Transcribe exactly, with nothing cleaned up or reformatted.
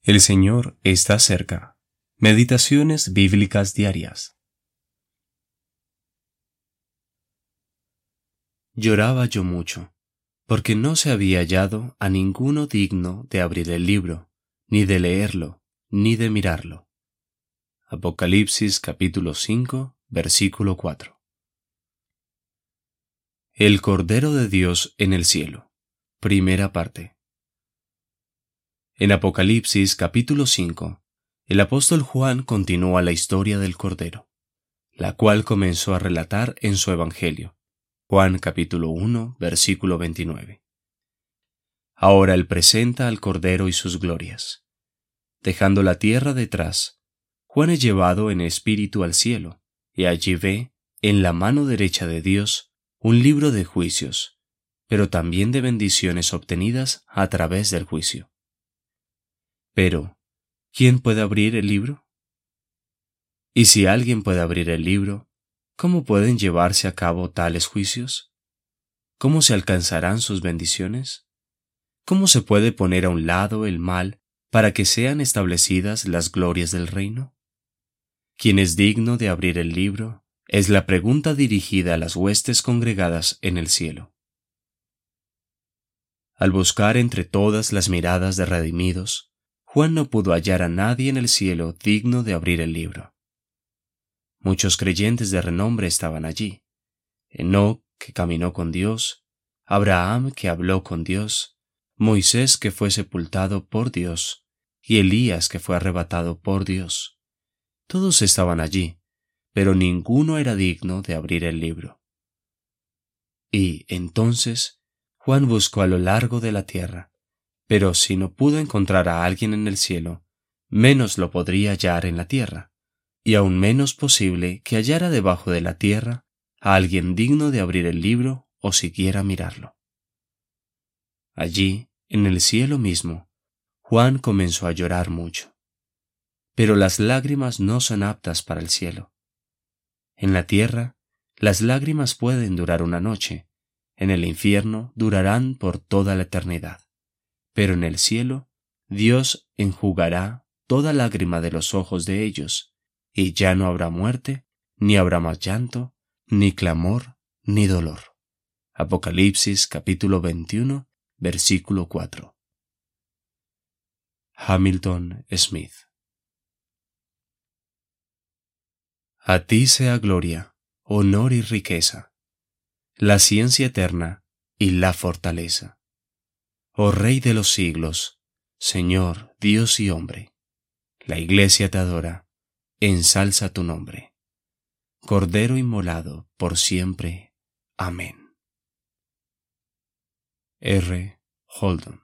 El Señor está cerca. Meditaciones bíblicas diarias. Lloraba yo mucho, porque no se había hallado a ninguno digno de abrir el libro, ni de leerlo, ni de mirarlo. Apocalipsis capítulo cinco, versículo cuatro. El Cordero de Dios en el cielo. Primera parte. En Apocalipsis capítulo cinco, el apóstol Juan continúa la historia del Cordero, la cual comenzó a relatar en su Evangelio. Juan capítulo uno, versículo veintinueve. Ahora él presenta al Cordero y sus glorias. Dejando la tierra detrás, Juan es llevado en espíritu al cielo, y allí ve, en la mano derecha de Dios, un libro de juicios, pero también de bendiciones obtenidas a través del juicio. Pero, ¿quién puede abrir el libro? Y si alguien puede abrir el libro, ¿cómo pueden llevarse a cabo tales juicios? ¿Cómo se alcanzarán sus bendiciones? ¿Cómo se puede poner a un lado el mal para que sean establecidas las glorias del reino? ¿Quién es digno de abrir el libro? Es la pregunta dirigida a las huestes congregadas en el cielo. Al buscar entre todas las miradas de redimidos, Juan no pudo hallar a nadie en el cielo digno de abrir el libro. Muchos creyentes de renombre estaban allí. Enoc, que caminó con Dios, Abraham, que habló con Dios, Moisés, que fue sepultado por Dios, y Elías, que fue arrebatado por Dios. Todos estaban allí, pero ninguno era digno de abrir el libro. Y, entonces, Juan buscó a lo largo de la tierra, pero si no pudo encontrar a alguien en el cielo, menos lo podría hallar en la tierra, y aún menos posible que hallara debajo de la tierra a alguien digno de abrir el libro o siquiera mirarlo. Allí, en el cielo mismo, Juan comenzó a llorar mucho. Pero las lágrimas no son aptas para el cielo. En la tierra, las lágrimas pueden durar una noche, en el infierno durarán por toda la eternidad. Pero en el cielo, Dios enjugará toda lágrima de los ojos de ellos, y ya no habrá muerte, ni habrá más llanto, ni clamor, ni dolor. Apocalipsis capítulo veintiuno, versículo cuatro. Hamilton Smith. A ti sea gloria, honor y riqueza, la ciencia eterna y la fortaleza. Oh Rey de los siglos, Señor, Dios y hombre, la Iglesia te adora, ensalza tu nombre. Cordero inmolado por siempre. Amén. R. Holdon.